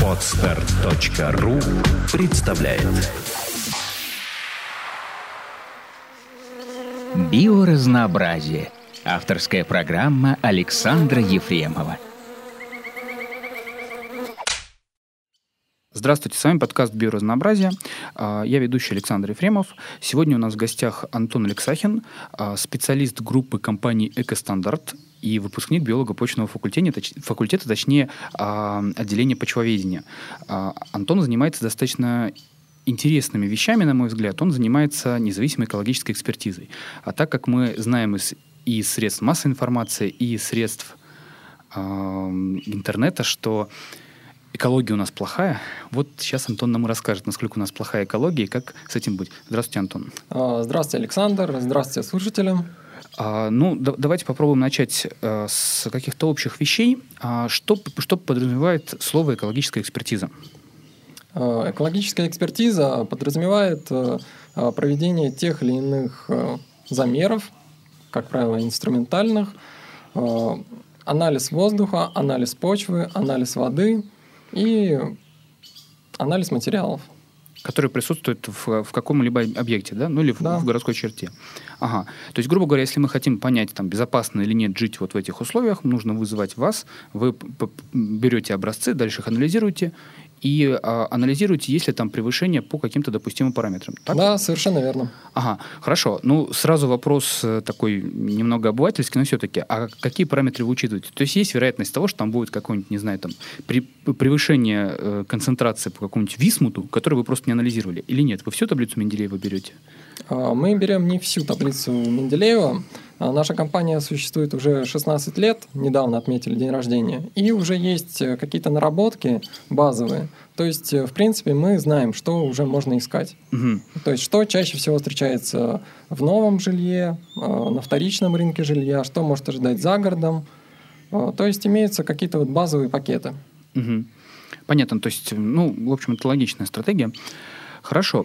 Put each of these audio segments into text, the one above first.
Podster.ru представляет Биоразнообразие. Авторская программа Александра Ефремова. Здравствуйте, с вами подкаст «Биоразнообразие». Я ведущий Александр Ефремов. Сегодня у нас в гостях Антон Алексахин, специалист группы компании «Экостандарт» и выпускник биолого-почвенного факультета, точнее, отделения почвоведения. Антон занимается достаточно интересными вещами, на мой взгляд. Он занимается независимой экологической экспертизой. А так как мы знаем из средств массовой информации, и из средств интернета, что экология у нас плохая. Вот сейчас Антон нам расскажет, насколько у нас плохая экология и как с этим быть. Здравствуйте, Антон. Здравствуйте, Александр. Здравствуйте, слушателям. Давайте попробуем начать с каких-то общих вещей. Что подразумевает слово «экологическая экспертиза»? Экологическая экспертиза подразумевает проведение тех или иных замеров, как правило, инструментальных, анализ воздуха, анализ почвы, анализ воды и анализ материалов. Которые присутствуют в каком-либо объекте, да? Ну или в городской черте. Ага. То есть, грубо говоря, если мы хотим понять, там, безопасно или нет жить вот в этих условиях, нужно вызывать вас, вы берете образцы, дальше их анализируете, и анализируете, есть ли там превышение по каким-то допустимым параметрам. Так? Да, совершенно верно. Ага, хорошо. Сразу вопрос такой немного обывательский, но все-таки. А какие параметры вы учитываете? То есть есть вероятность того, что там будет какое-нибудь, не знаю, там, превышение концентрации по какому-нибудь висмуту, который вы просто не анализировали, или нет? Вы всю таблицу Менделеева берете? Мы берем не всю таблицу Менделеева. Наша компания существует уже 16 лет, недавно отметили день рождения, и уже есть какие-то наработки базовые. То есть, в принципе, мы знаем, что уже можно искать. Угу. То есть, что чаще всего встречается в новом жилье, на вторичном рынке жилья, что может ожидать за городом. То есть, имеются какие-то вот базовые пакеты. Угу. Понятно. То есть, в общем, это логичная стратегия. Хорошо.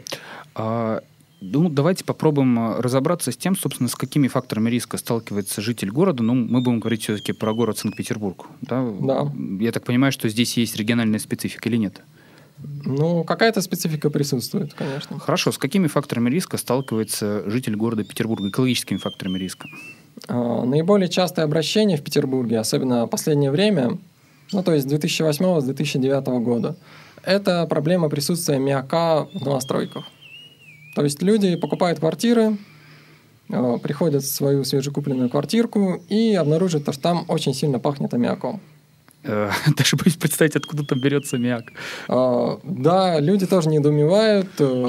Давайте попробуем разобраться с тем, собственно, с какими факторами риска сталкивается житель города. Мы будем говорить все-таки про город Санкт-Петербург. Да? Да. Я так понимаю, что здесь есть региональная специфика или нет? Какая-то специфика присутствует, конечно. Хорошо. С какими факторами риска сталкивается житель города Петербурга? Экологическими факторами риска? Наиболее частое обращение в Петербурге, особенно в последнее время, то есть с 2008-2009 года, это проблема присутствия аммиака в новостройках. То есть люди покупают квартиры, приходят в свою свежекупленную квартирку и обнаружат, что там очень сильно пахнет аммиаком. Даже боюсь представить, откуда там берется аммиак. Да, люди тоже недоумевают,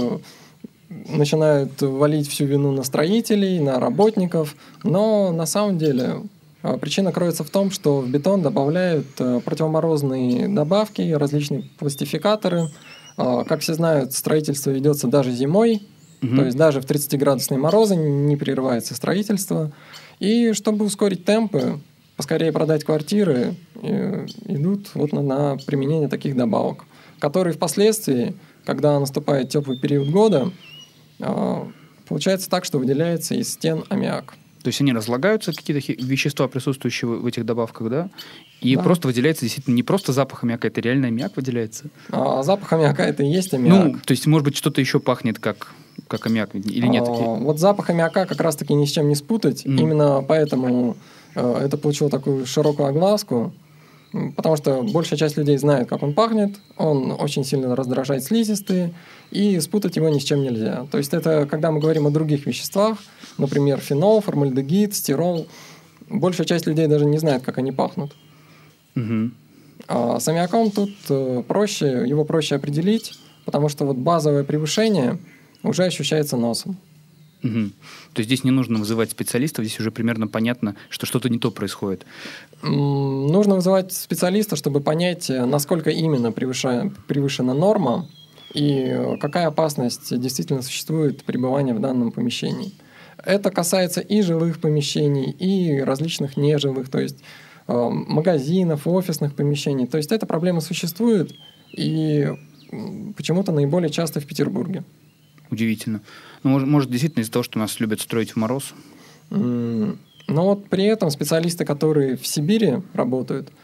начинают валить всю вину на строителей, на работников, но на самом деле причина кроется в том, что в бетон добавляют противоморозные добавки, различные пластификаторы. Как все знают, строительство ведется даже зимой. То есть даже в 30-градусные морозы не прерывается строительство. И чтобы ускорить темпы, поскорее продать квартиры, идут на применение таких добавок, которые впоследствии, когда наступает теплый период года, получается так, что выделяется из стен аммиак. То есть они разлагаются, какие-то вещества, присутствующие в этих добавках, да? И просто выделяется действительно не просто запах аммиака, это реально аммиак выделяется? Запах аммиака – это и есть аммиак. То есть, может быть, что-то еще пахнет как аммиак или нет? Вот запах аммиака как раз-таки ни с чем не спутать. Именно поэтому это получило такую широкую огласку, потому что большая часть людей знает, как он пахнет, он очень сильно раздражает слизистые, и спутать его ни с чем нельзя. То есть это когда мы говорим о других веществах, например, фенол, формальдегид, стирол, большая часть людей даже не знает, как они пахнут. Угу. А с аммиаком тут его проще определить, потому что базовое превышение уже ощущается носом. Угу. То есть здесь не нужно вызывать специалистов, здесь уже примерно понятно, что что-то не то происходит. Нужно вызывать специалиста, чтобы понять, насколько именно превышена норма и какая опасность действительно существует пребывания в данном помещении. Это касается и жилых помещений, и различных нежилых, то есть магазинов, офисных помещений. То есть эта проблема существует и почему-то наиболее часто в Петербурге. Удивительно. Может, действительно из-за того, что нас любят строить в мороз? Но при этом специалисты, которые в Сибири работают,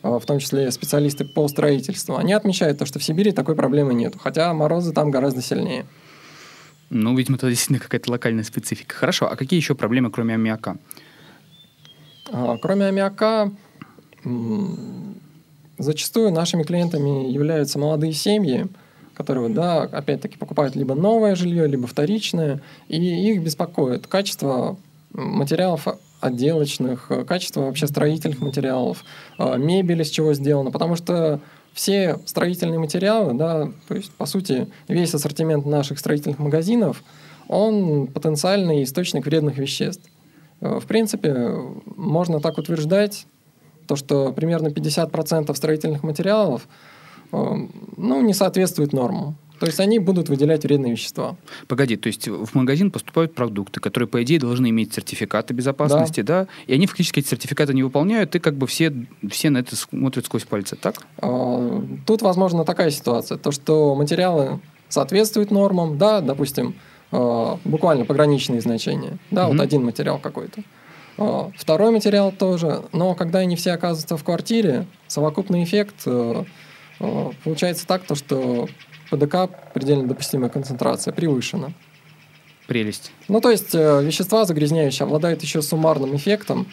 в том числе специалисты по строительству, они отмечают то, что в Сибири такой проблемы нет, хотя морозы там гораздо сильнее. Ну, видимо, это действительно какая-то локальная специфика. Хорошо, а какие еще проблемы, кроме аммиака? Кроме аммиака, зачастую нашими клиентами являются молодые семьи, которые, да, опять-таки, покупают либо новое жилье, либо вторичное, и их беспокоит качество материалов отделочных, качество вообще строительных материалов, мебель из чего сделано, потому что все строительные материалы, да, то есть, по сути, весь ассортимент наших строительных магазинов, он потенциальный источник вредных веществ. В принципе, можно так утверждать, то, что примерно 50% строительных материалов не соответствуют нормам. То есть они будут выделять вредные вещества. Погоди, то есть в магазин поступают продукты, которые, по идее, должны иметь сертификаты безопасности, да? И они фактически эти сертификаты не выполняют, и как бы все на это смотрят сквозь пальцы, так? Тут, возможно, такая ситуация, то, что материалы соответствуют нормам, да, допустим, буквально пограничные значения, да, вот один материал какой-то. Второй материал тоже, но когда они все оказываются в квартире, совокупный эффект получается так, то, что ПДК, предельно допустимая концентрация, превышена. Прелесть. Ну, то есть вещества загрязняющие обладают еще суммарным эффектом,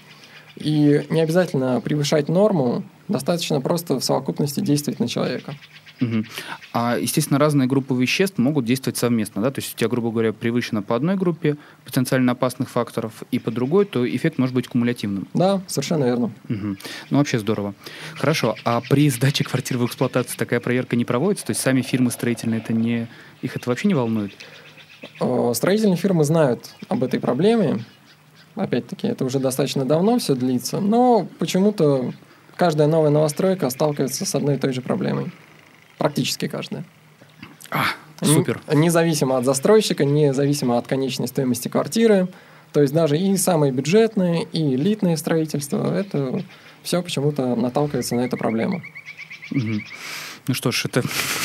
и не обязательно превышать норму, достаточно просто в совокупности действовать на человека. Угу. А, естественно, разные группы веществ могут действовать совместно, да? То есть у тебя, грубо говоря, превышено по одной группе потенциально опасных факторов и по другой, то эффект может быть кумулятивным. Да, совершенно верно. Угу. Ну, вообще здорово. Хорошо. А при сдаче квартир в эксплуатацию такая проверка не проводится? То есть сами фирмы строительные, их это вообще не волнует? Строительные фирмы знают об этой проблеме. Опять-таки, это уже достаточно давно все длится, но почему-то каждая новая новостройка сталкивается с одной и той же проблемой. Практически каждая. Супер. Независимо от застройщика, независимо от конечной стоимости квартиры. То есть даже и самые бюджетные, и элитные строительства, это все почему-то наталкивается на эту проблему. Угу. Ну что ж,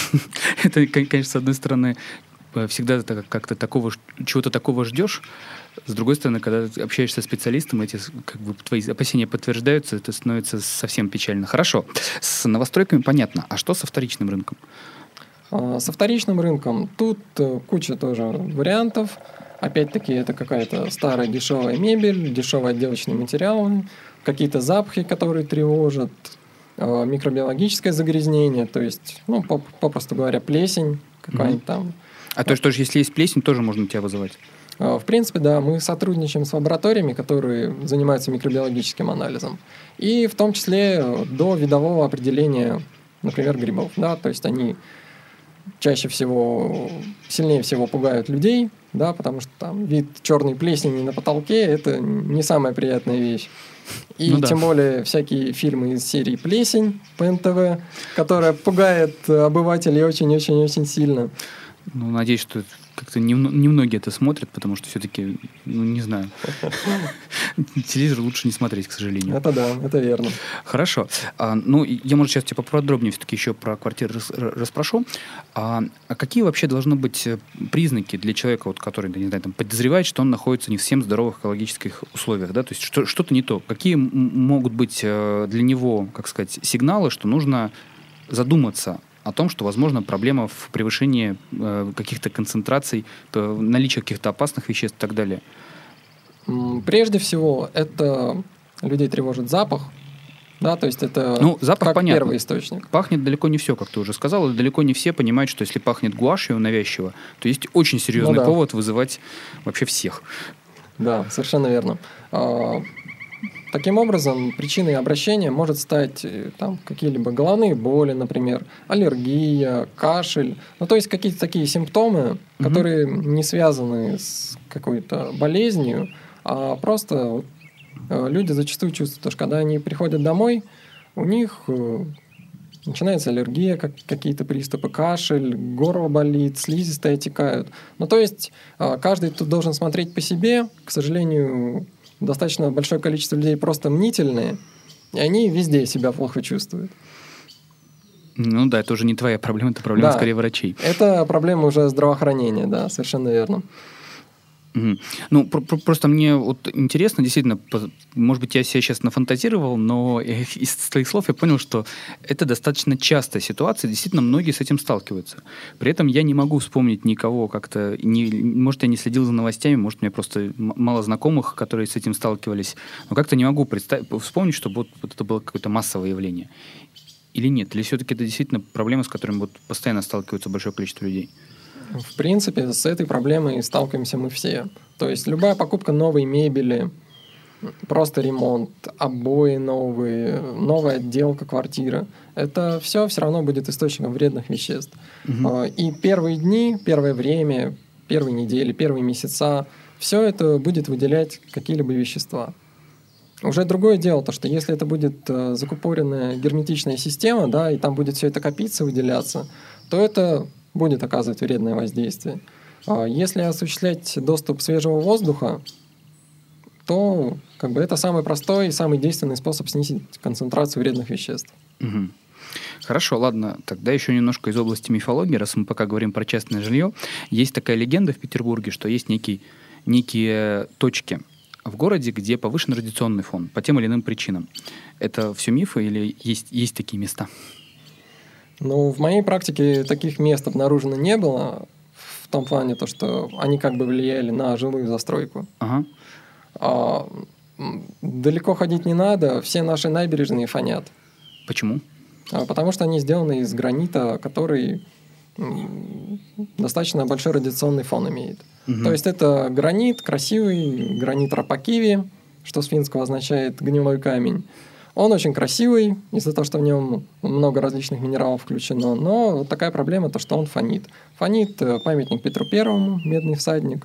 это, конечно, с одной стороны, всегда как-то чего-то такого ждешь. С другой стороны, когда ты общаешься с специалистом, эти как бы твои опасения подтверждаются, это становится совсем печально. Хорошо. С новостройками понятно. А что со вторичным рынком? Со вторичным рынком тут куча тоже вариантов. Опять-таки, это какая-то старая дешевая мебель, дешевые отделочные материалы, какие-то запахи, которые тревожат, микробиологическое загрязнение, то есть, попросту говоря, плесень какая-нибудь там. А то, что же, если есть плесень, тоже можно тебя вызывать? В принципе, да, мы сотрудничаем с лабораториями, которые занимаются микробиологическим анализом. И в том числе до видового определения, например, грибов. Да, то есть они сильнее всего пугают людей, да, потому что там вид черной плесени на потолке – это не самая приятная вещь. И тем более всякие фильмы из серии «Плесень» по НТВ, которая пугает обывателей очень-очень-очень сильно. Ну, надеюсь, что как-то немногие это смотрят, потому что все-таки, не знаю, телевизор лучше не смотреть, к сожалению. Это да, это верно. Хорошо. Я, может, сейчас тебя поподробнее все-таки еще про квартиры расспрошу. А какие вообще должны быть признаки для человека, который, не знаю, подозревает, что он находится не в совсем здоровых экологических условиях, да? То есть что-то не то. Какие могут быть для него, как сказать, сигналы, что нужно задуматься о том, что, возможно, проблема в превышении каких-то концентраций, наличии каких-то опасных веществ и так далее? Прежде всего, это людей тревожит запах. Да, то есть это запах, как понятно. Первый источник. Пахнет далеко не все, как ты уже сказал, и далеко не все понимают, что если пахнет гуашью навязчиво, то есть очень серьезный повод вызывать вообще всех. Да, совершенно верно. Таким образом, причиной обращения может стать какие-либо головные боли, например, аллергия, кашель. То есть какие-то такие симптомы, которые не связаны с какой-то болезнью, а просто люди зачастую чувствуют, что когда они приходят домой, у них начинается аллергия, какие-то приступы, кашель, горло болит, слизистые отекают. То есть каждый тут должен смотреть по себе. К сожалению, достаточно большое количество людей просто мнительные, и они везде себя плохо чувствуют. Это уже не твоя проблема, это проблема скорее врачей. Это проблема уже здравоохранения, да, совершенно верно. Мгм. Ну, просто мне вот интересно, действительно, может быть, я себе сейчас нафантазировал, но из твоих слов я понял, что это достаточно частая ситуация, действительно, многие с этим сталкиваются. При этом я не могу вспомнить никого как-то, может, я не следил за новостями, может, у меня просто мало знакомых, которые с этим сталкивались, но как-то не могу вспомнить, чтобы вот это было какое-то массовое явление. Или нет? Или все-таки это действительно проблема, с которой вот постоянно сталкивается большое количество людей? В принципе, с этой проблемой сталкиваемся мы все. То есть любая покупка новой мебели, просто ремонт, обои новые, новая отделка квартиры, это все равно будет источником вредных веществ. И первые дни, первое время, первые недели, первые месяца, все это будет выделять какие-либо вещества. Уже другое дело, то, что если это будет закупоренная герметичная система, да, и там будет все это копиться, выделяться, то это будет оказывать вредное воздействие. Если осуществлять доступ свежего воздуха, то это самый простой и самый действенный способ снизить концентрацию вредных веществ. Угу. Хорошо, ладно, тогда еще немножко из области мифологии, раз мы пока говорим про частное жилье. Есть такая легенда в Петербурге, что есть некие точки в городе, где повышен радиационный фон по тем или иным причинам. Это все мифы или есть такие места? Ну, в моей практике таких мест обнаружено не было, в том плане, то, что они влияли на жилую застройку. Ага. Далеко ходить не надо, все наши набережные фонят. Почему? Потому что они сделаны из гранита, который достаточно большой радиационный фон имеет. Угу. То есть это гранит, красивый гранит Рапакиви, что с финского означает гнилой камень. Он очень красивый, из-за того, что в нем много различных минералов включено, но вот такая проблема, то, что он фонит. Фонит памятник Петру Первому, медный всадник.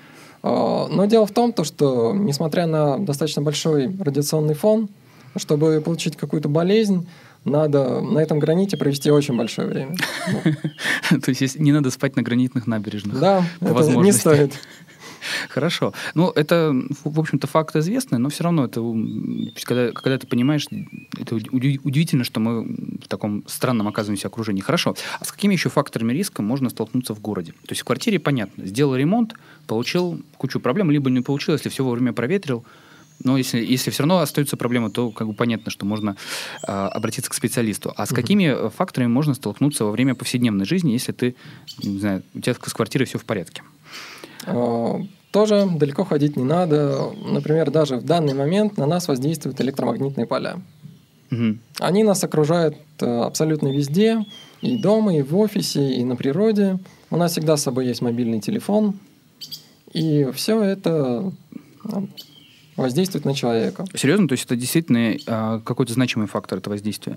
Но дело в том, что, несмотря на достаточно большой радиационный фон, чтобы получить какую-то болезнь, надо на этом граните провести очень большое время. То есть не надо спать на гранитных набережных? Да, это не стоит. Хорошо. Ну, это, в общем-то, факт известный, но все равно это, когда ты понимаешь, это удивительно, что мы в таком странном оказываемся окружении. Хорошо. А с какими еще факторами риска можно столкнуться в городе? То есть в квартире, понятно, сделал ремонт, получил кучу проблем, либо не получил, если все вовремя проветрил. Но если все равно остаются проблемы, то понятно, что можно обратиться к специалисту. А с какими факторами можно столкнуться во время повседневной жизни, если ты, не знаю, у тебя с квартирой все в порядке? Тоже далеко ходить не надо. Например, даже в данный момент на нас воздействуют электромагнитные поля. Угу. Они нас окружают абсолютно везде, и дома, и в офисе, и на природе. У нас всегда с собой есть мобильный телефон, и все это воздействует на человека. Серьезно? То есть это действительно какой-то значимый фактор, это воздействие?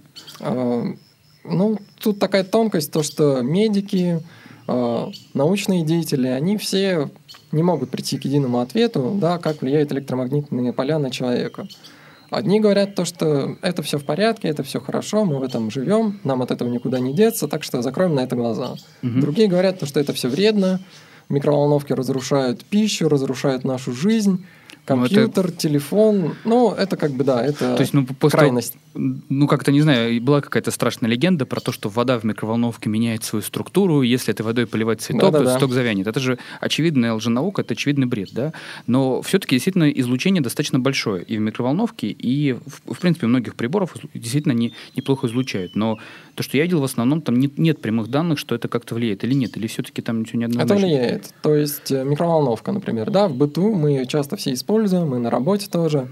Ну, тут такая тонкость, то, что медики, научные деятели, они все не могут прийти к единому ответу, да, как влияют электромагнитные поля на человека. Одни говорят то, что это все в порядке, это все хорошо, мы в этом живем, нам от этого никуда не деться, так что закроем на это глаза. Угу. Другие говорят то, что это все вредно, микроволновки разрушают пищу, разрушают нашу жизнь, компьютер, телефон, это это то есть, крайность. Как-то, не знаю, была какая-то страшная легенда про то, что вода в микроволновке меняет свою структуру, если этой водой поливать цветок, то цветок завянет. Это же очевидная лженаука, это очевидный бред, да? Но все-таки действительно излучение достаточно большое и в микроволновке, и, в принципе, у многих приборов действительно неплохо излучают. Но то, что я видел, в основном там нет прямых данных, что это как-то влияет или нет, или все-таки там ничего не однозначно. Это влияет. То есть микроволновка, например, да, в быту мы ее часто все используем, мы на работе тоже.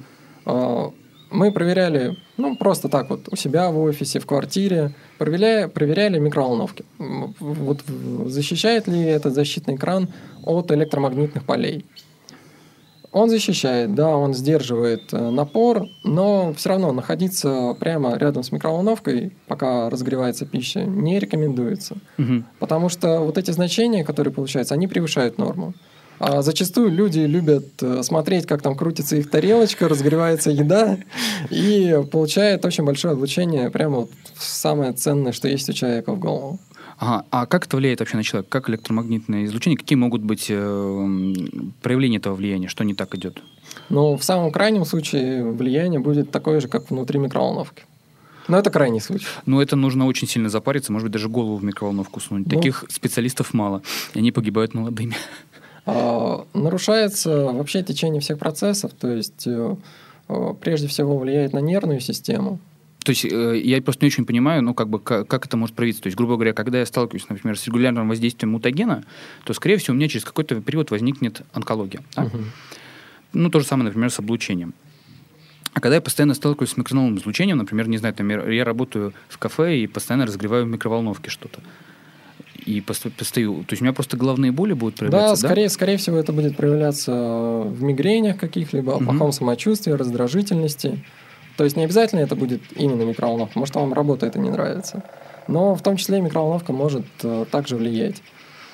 Мы проверяли, просто так вот, у себя в офисе, в квартире, проверяли микроволновки. Вот защищает ли этот защитный экран от электромагнитных полей. Он защищает, да, он сдерживает напор, но все равно находиться прямо рядом с микроволновкой, пока разогревается пища, не рекомендуется. Угу. Потому что вот эти значения, которые получаются, они превышают норму. А зачастую люди любят смотреть, как там крутится их тарелочка, разогревается еда, и получает очень большое облучение прямо в самое ценное, что есть у человека в голову. Ага. А как это влияет вообще на человека? Как электромагнитное излучение? Какие могут быть проявления этого влияния? Что не так идет? В самом крайнем случае влияние будет такое же, как внутри микроволновки. Но это крайний случай. Это нужно очень сильно запариться, может быть, даже голову в микроволновку сунуть. Таких специалистов мало, и они погибают молодыми. Нарушается вообще течение всех процессов, то есть прежде всего влияет на нервную систему. То есть я просто не очень понимаю, ну, как это может проявиться. То есть, грубо говоря, когда я сталкиваюсь, например, с регулярным воздействием мутагена, то, скорее всего, у меня через какой-то период возникнет онкология. Да? Ну, то же самое, например, с облучением. А когда я постоянно сталкиваюсь с микроволновым излучением, например, не знаю, я работаю в кафе и постоянно разогреваю в микроволновке что-то. И постою. То есть у меня просто головные боли будут проявляться, да? Скорее всего, это будет проявляться в мигренях каких-либо, плохом самочувствии, раздражительности. То есть не обязательно это будет именно микроволновка. Может, вам работа это не нравится. Но в том числе и микроволновка может также влиять.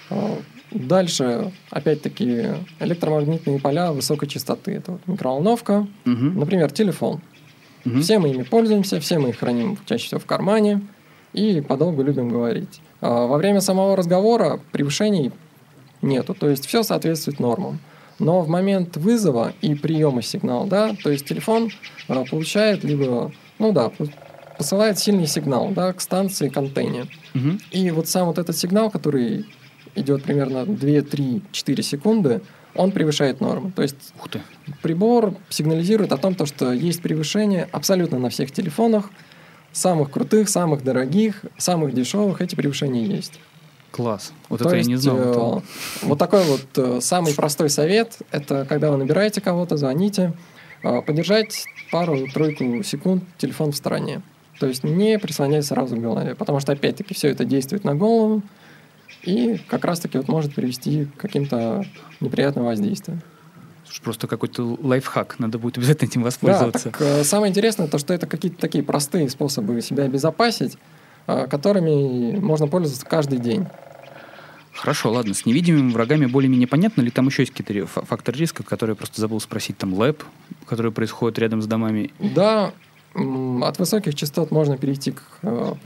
Дальше, опять-таки, электромагнитные поля высокой частоты. Это вот микроволновка, например, телефон. Все мы ими пользуемся, все мы их храним чаще всего в кармане и подолгу любим говорить. Во время самого разговора превышений нету, то есть все соответствует нормам. Но в момент вызова и приема сигнала, да, то есть телефон получает либо, посылает сильный сигнал, да, к станции, к антенне. И вот сам вот этот сигнал, который идет примерно 2, 3, 4 секунды, он превышает норму. То есть прибор сигнализирует о том, что есть превышение абсолютно на всех телефонах, самых крутых, самых дорогих, самых дешевых, эти превышения есть. Класс. Вот это я не знал. Вот такой вот самый простой совет, это когда вы набираете кого-то, звоните, подержать пару-тройку секунд телефон в стороне. То есть не прислонять сразу к голове, потому что опять-таки все это действует на голову и как раз-таки вот может привести к каким-то неприятным воздействиям. Просто какой-то лайфхак, надо будет обязательно этим воспользоваться. Да, так, самое интересное, то, что это какие-то такие простые способы себя обезопасить, которыми можно пользоваться каждый день. Хорошо, ладно. С невидимыми врагами более-менее понятно, или там еще есть какие-то факторы риска, которые я просто забыл спросить, там ЛЭП, который происходит рядом с домами? Да, от высоких частот можно перейти к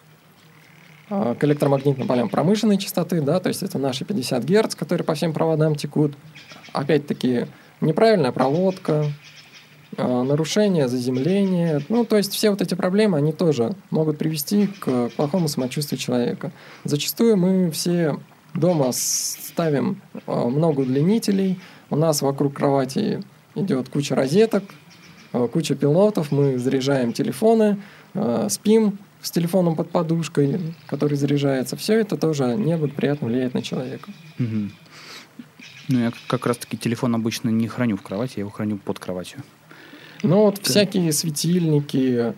электромагнитным полям промышленной частоты, да, то есть это наши 50 Гц, которые по всем проводам текут. Опять-таки, неправильная проводка, нарушение, заземление. Ну, то есть все вот эти проблемы, они тоже могут привести к плохому самочувствию человека. Зачастую мы все дома ставим много удлинителей, у нас вокруг кровати идет куча розеток, куча пилотов, мы заряжаем телефоны, спим с телефоном под подушкой, который заряжается. Все это тоже неблагоприятно влияет на человека. Ну, я как раз-таки телефон обычно не храню в кровати, я его храню под кроватью. Ну, вот всякие светильники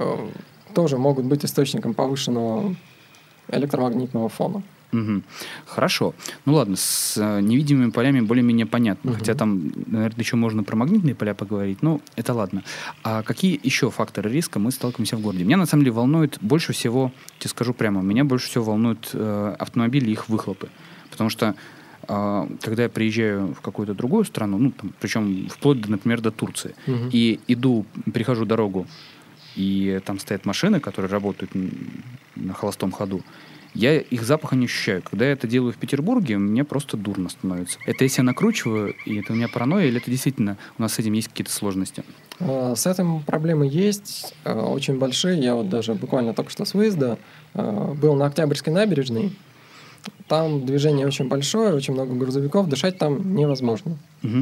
тоже могут быть источником повышенного электромагнитного фона. Хорошо. Ну ладно, с невидимыми полями более-менее понятно. Хотя там, наверное, еще можно про магнитные поля поговорить, но это ладно. А какие еще факторы риска мы сталкиваемся в городе? Меня на самом деле волнует больше всего, тебе скажу прямо, меня больше всего волнуют автомобили и их выхлопы. Потому что когда я приезжаю в какую-то другую страну, ну, там, причем вплоть, например, до Турции, и перехожу дорогу, и там стоят машины, которые работают на холостом ходу, я их запаха не ощущаю. Когда я это делаю в Петербурге, мне просто дурно становится. Это если я накручиваю, и это у меня паранойя, или это действительно у нас с этим есть какие-то сложности? С этим проблемы есть, очень большие. Я вот даже буквально только что с выезда был на Октябрьской набережной. Там движение очень большое, очень много грузовиков, дышать там невозможно.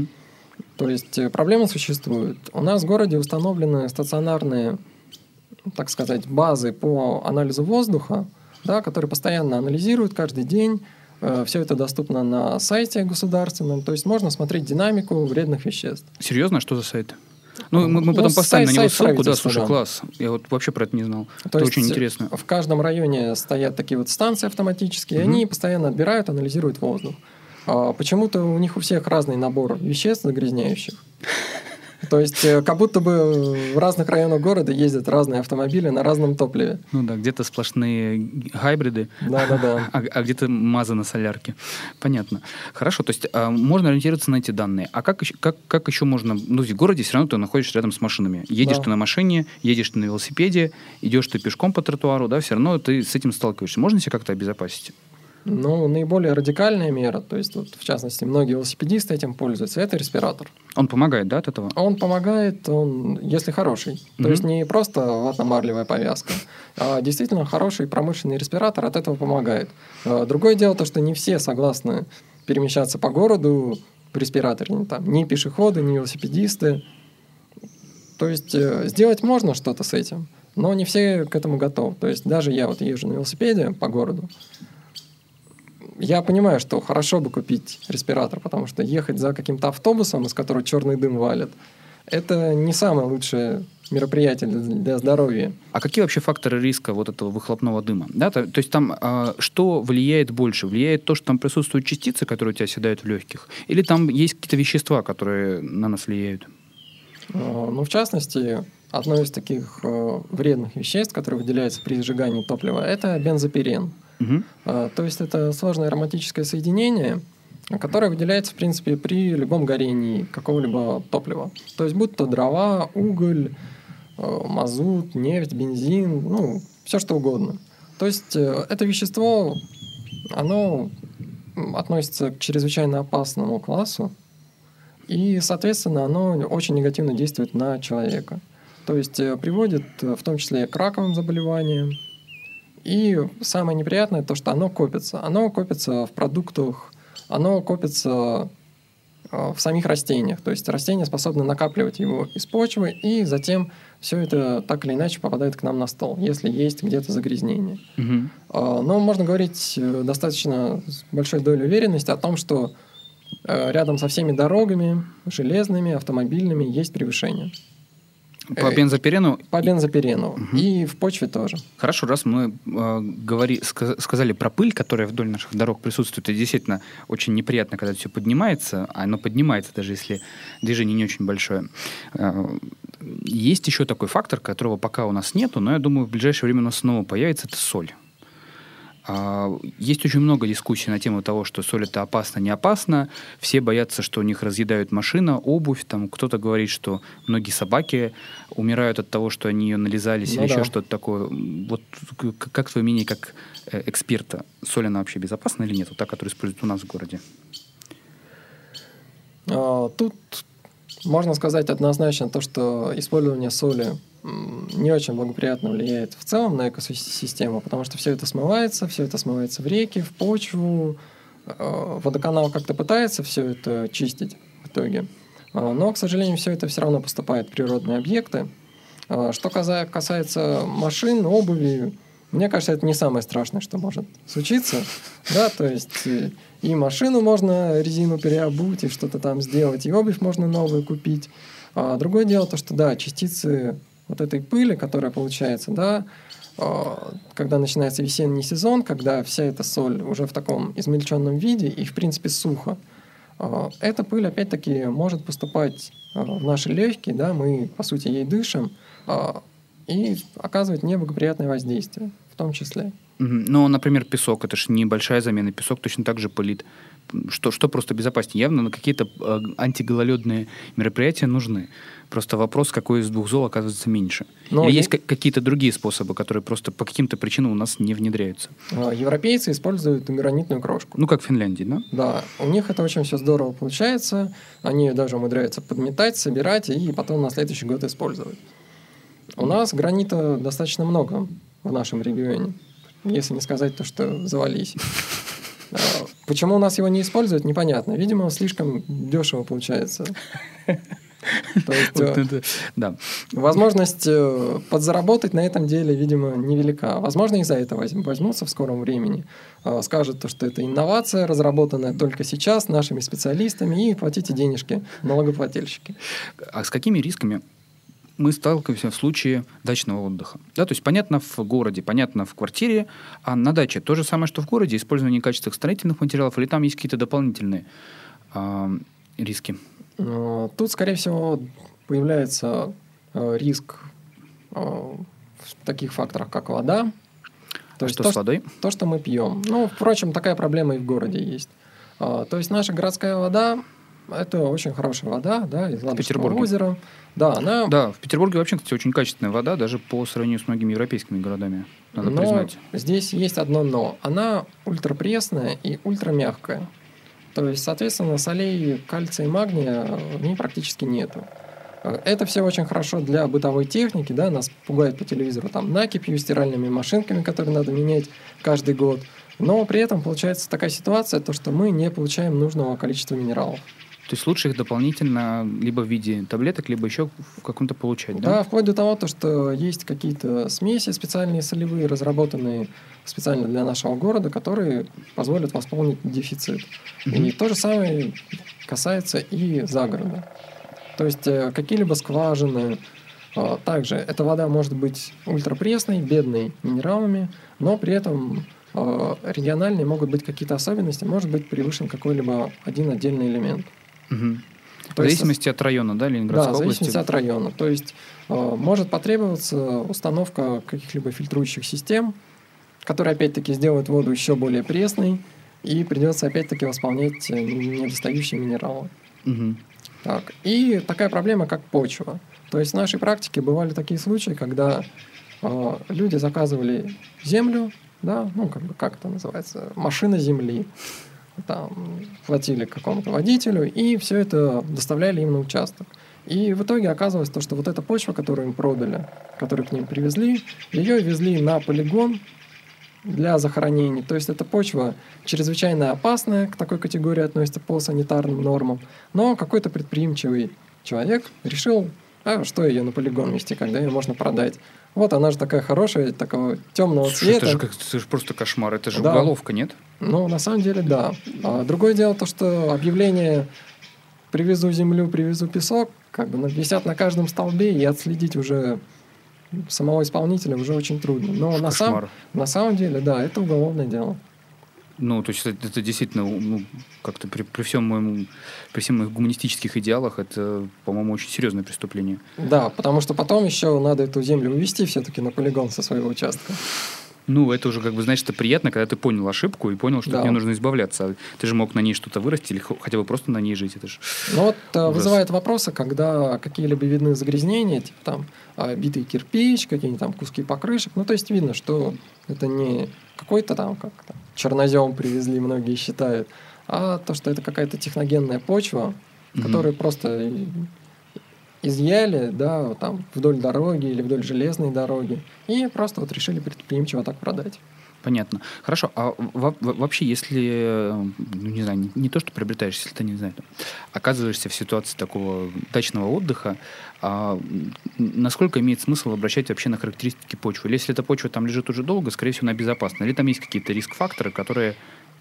То есть проблема существует. У нас в городе установлены стационарные, так сказать, базы по анализу воздуха, да, которые постоянно анализируют каждый день. Все это доступно на сайте государственном. То есть можно смотреть динамику вредных веществ. Серьезно? Что за сайт? Ну, мы потом поставим на него ссылку. Да, слушай, класс. Я вот вообще про это не знал. Это очень интересно. В каждом районе стоят такие вот станции автоматические, и они постоянно отбирают, анализируют воздух. Почему-то у них у всех разный набор веществ загрязняющих. То есть как будто бы в разных районах города ездят разные автомобили на разном топливе. Ну да, где-то сплошные гибриды, а где-то мазы на солярке. Понятно. Хорошо, то есть можно ориентироваться на эти данные. А как еще можно... Ну, в городе все равно ты находишься рядом с машинами. Едешь ты на машине, едешь ты на велосипеде, идешь ты пешком по тротуару, да, все равно ты с этим сталкиваешься. Можно себя как-то обезопасить? Ну, наиболее радикальная мера, то есть, вот, в частности, многие велосипедисты этим пользуются, это респиратор. Он помогает, да, от этого? Он помогает, если хороший. То есть не просто ватно-марлевая повязка, а действительно хороший промышленный респиратор от этого помогает. Другое дело то, что не все согласны перемещаться по городу в респираторе. Там, ни пешеходы, ни велосипедисты. То есть сделать можно что-то с этим, но не все к этому готовы. То есть даже я вот езжу на велосипеде по городу, я понимаю, что хорошо бы купить респиратор, потому что ехать за каким-то автобусом, из которого черный дым валит, это не самое лучшее мероприятие для здоровья. А какие вообще факторы риска вот этого выхлопного дыма? Да, то есть там что влияет больше? Влияет то, что там присутствуют частицы, которые у тебя оседают в легких? Или там есть какие-то вещества, которые на нас влияют? Ну, в частности, одно из таких вредных веществ, которое выделяется при сжигании топлива, это бензопирен. Угу. То есть это сложное ароматическое соединение, которое выделяется, в принципе, при любом горении какого-либо топлива. То есть будь то дрова, уголь, мазут, нефть, бензин, ну, все что угодно. То есть это вещество, оно относится к чрезвычайно опасному классу, и, соответственно, оно очень негативно действует на человека. То есть приводит в том числе к раковым заболеваниям. И самое неприятное то, что оно копится. Оно копится в продуктах, оно копится в самих растениях. То есть растения способны накапливать его из почвы, и затем все это так или иначе попадает к нам на стол, если есть где-то загрязнение. Угу. Но можно говорить достаточно с большой долей уверенности о том, что рядом со всеми дорогами, железными, автомобильными, есть превышение. По бензопирену? По бензопирену. Угу. И в почве тоже. Хорошо, раз мы сказали про пыль, которая вдоль наших дорог присутствует, и действительно очень неприятно, когда все поднимается, а оно поднимается, даже если движение не очень большое. Есть еще такой фактор, которого пока у нас нету, но я думаю, в ближайшее время у нас снова появится, это соль. Есть очень много дискуссий на тему того, что соль это опасно, не опасно. Все боятся, что у них разъедают машина, обувь. Там кто-то говорит, что многие собаки умирают от того, что они ее нализались, или еще что-то такое. Вот как твое мнение, как эксперта, соль она вообще безопасна или нет? Вот та, которую используют у нас в городе. Тут можно сказать однозначно то, что использование соли не очень благоприятно влияет в целом на экосистему, потому что все это смывается в реки, в почву. Водоканал как-то пытается все это чистить в итоге. Но, к сожалению, все это все равно поступает в природные объекты. Что касается машин, обуви, мне кажется, это не самое страшное, что может случиться. Да, то есть и машину можно резину переобуть, и что-то там сделать, и обувь можно новую купить. Другое дело то, что да, частицы вот этой пыли, которая получается, да, когда начинается весенний сезон, когда вся эта соль уже в таком измельченном виде и, в принципе, сухо, эта пыль, опять-таки, может поступать в наши легкие, да, мы, по сути, ей дышим, и оказывать неблагоприятное воздействие в том числе. Ну, например, песок, это же небольшая замена, песок точно так же пылит. Что просто безопаснее? Явно на какие-то антигололедные мероприятия нужны. Просто вопрос, какой из двух зол оказывается меньше. Или есть какие-то другие способы, которые просто по каким-то причинам у нас не внедряются? Европейцы используют гранитную крошку. Ну, как в Финляндии, да? Да, у них это очень все здорово получается. Они ее даже умудряются подметать, собирать и потом на следующий год использовать. У нас гранита достаточно много в нашем регионе. Если не сказать то, что завались. Почему у нас его не используют, непонятно. Видимо, слишком дешево получается. То есть, возможность подзаработать на этом деле, видимо, невелика. Возможно, из-за этого возьмутся в скором времени. Скажут, что это инновация, разработанная только сейчас нашими специалистами, и платите денежки, налогоплательщики. А с какими рисками мы сталкиваемся в случае дачного отдыха? Да, то есть понятно в городе, понятно в квартире, а на даче то же самое, что в городе, использование некачественных строительных материалов, или там есть какие-то дополнительные риски? Тут, скорее всего, появляется риск в таких факторах, как вода. То есть что с водой? То, что мы пьем. Ну, впрочем, такая проблема и в городе есть. То есть наша городская вода — это очень хорошая вода, да, из Ладожского озера. Да, в Петербурге вообще, кстати, очень качественная вода, даже по сравнению с многими европейскими городами, надо признать. Здесь есть одно «но». Она ультрапресная и ультрамягкая. То есть, соответственно, солей, кальция и магния в ней практически нету. Это все очень хорошо для бытовой техники, да, нас пугает по телевизору там накипью, стиральными машинками, которые надо менять каждый год. но при этом получается такая ситуация, то, что мы не получаем нужного количества минералов. То есть лучше их дополнительно либо в виде таблеток, либо еще в каком-то получать, да? Да, вплоть до того, что есть какие-то смеси специальные солевые, разработанные специально для нашего города, которые позволят восполнить дефицит. И то же самое касается и загорода. То есть какие-либо скважины, также эта вода может быть ультрапресной, бедной минералами, но при этом региональные могут быть какие-то особенности, может быть превышен какой-либо один отдельный элемент. В зависимости от района, да, Ленинградской области? Да, в зависимости от района. То есть может потребоваться установка каких-либо фильтрующих систем, которые опять-таки сделают воду еще более пресной, и придется опять-таки восполнять недостающие минералы. Так. И такая проблема, как почва. То есть в нашей практике бывали такие случаи, когда люди заказывали землю, да, ну как это называется, машина земли, там, платили какому-то водителю, и все это доставляли им на участок. И в итоге оказывалось то, что вот эта почва, которую им продали, которую к ним привезли, ее везли на полигон для захоронений. То есть эта почва чрезвычайно опасная, к такой категории относится по санитарным нормам, но какой-то предприимчивый человек решил, что ее на полигон везти, когда ее можно продать. Вот она же такая хорошая, такого темного цвета. Это же просто кошмар, это же уголовка, нет? Ну, на самом деле, да. Другое дело то, что объявление «привезу землю, привезу песок» как бы висят на каждом столбе, и отследить уже самого исполнителя уже очень трудно. Но на самом деле, да, это уголовное дело. Ну, то есть это действительно, как-то при всех моих гуманистических идеалах, это, по-моему, очень серьезное преступление. Да, потому что потом еще надо эту землю увезти все-таки на полигон со своего участка. Ну, это уже, значит, это приятно, когда ты понял ошибку и понял, что от нее нужно избавляться. Ты же мог на ней что-то вырасти или хотя бы просто на ней жить. Это же вызывает вопросы, когда какие-либо видны загрязнения, типа там битый кирпич, какие-нибудь там куски покрышек. Ну, то есть видно, что это не какой-то там чернозем привезли, многие считают, а то, что это какая-то техногенная почва, которую просто изъяли, да, там, вдоль дороги или вдоль железной дороги, и просто решили предприимчиво так продать. Понятно. Хорошо. А вообще, если, не знаю, не то, что приобретаешь, если ты, не знаю, оказываешься в ситуации такого дачного отдыха, насколько имеет смысл обращать вообще на характеристики почвы? Или если эта почва там лежит уже долго, скорее всего, она безопасна? Или там есть какие-то риск-факторы, которые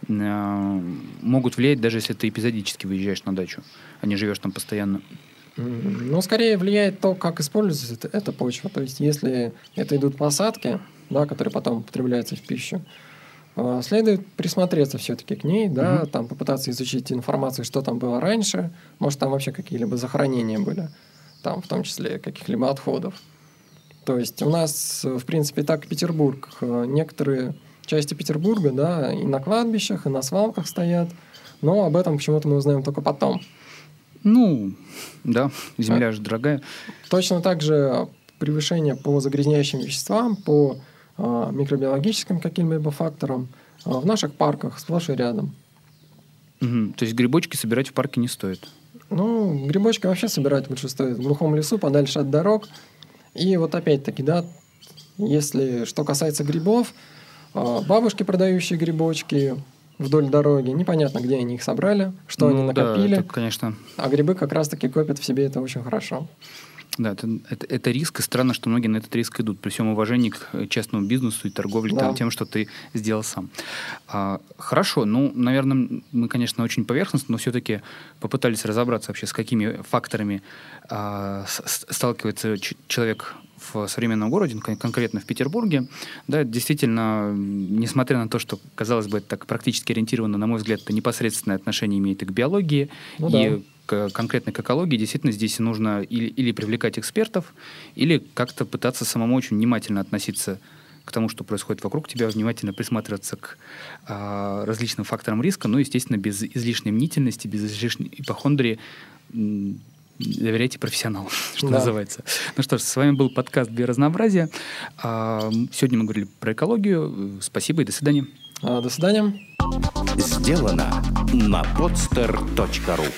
могут влиять, даже если ты эпизодически выезжаешь на дачу, а не живешь там постоянно? Ну, скорее влияет то, как используется эта почва. То есть, если это идут посадки, да, которые потом употребляются в пищу, следует присмотреться все-таки к ней, да, там попытаться изучить информацию, что там было раньше, может, там вообще какие-либо захоронения были, там, в том числе каких-либо отходов. То есть у нас, в принципе, так и Петербург. Некоторые части Петербурга, да, и на кладбищах, и на свалках стоят, но об этом почему-то мы узнаем только потом. Ну, да, земля же дорогая. Точно так же превышение по загрязняющим веществам, по микробиологическим каким-либо факторам в наших парках сплошь и рядом. То есть грибочки собирать в парке не стоит? Ну, грибочки вообще собирать лучше стоит в глухом лесу, подальше от дорог. И вот опять-таки, да, если что касается грибов, бабушки, продающие грибочки вдоль дороги, непонятно, где они их собрали, что они накопили. Да, это, конечно. А грибы как раз-таки копят в себе это очень хорошо. Да, это риск, и странно, что многие на этот риск идут, при всем уважении к частному бизнесу и торговле тем, что ты сделал сам. Хорошо, наверное, мы, конечно, очень поверхностно, но все-таки попытались разобраться вообще, с какими факторами сталкивается человек в современном городе, конкретно в Петербурге. Да, действительно, несмотря на то, что, казалось бы, это так практически ориентировано, на мой взгляд, это непосредственное отношение имеет и к биологии, конкретно к экологии, действительно здесь нужно или привлекать экспертов, или как-то пытаться самому очень внимательно относиться к тому, что происходит вокруг тебя, внимательно присматриваться к различным факторам риска, но, естественно, без излишней мнительности, без излишней ипохондрии. Доверяйте профессионалам, что называется. Ну что ж, с вами был подкаст «Биоразнообразие». Сегодня мы говорили про экологию. Спасибо и до свидания. До свидания. Сделано на podster.ru.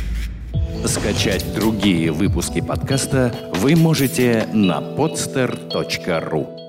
Скачать другие выпуски подкаста вы можете на podster.ru.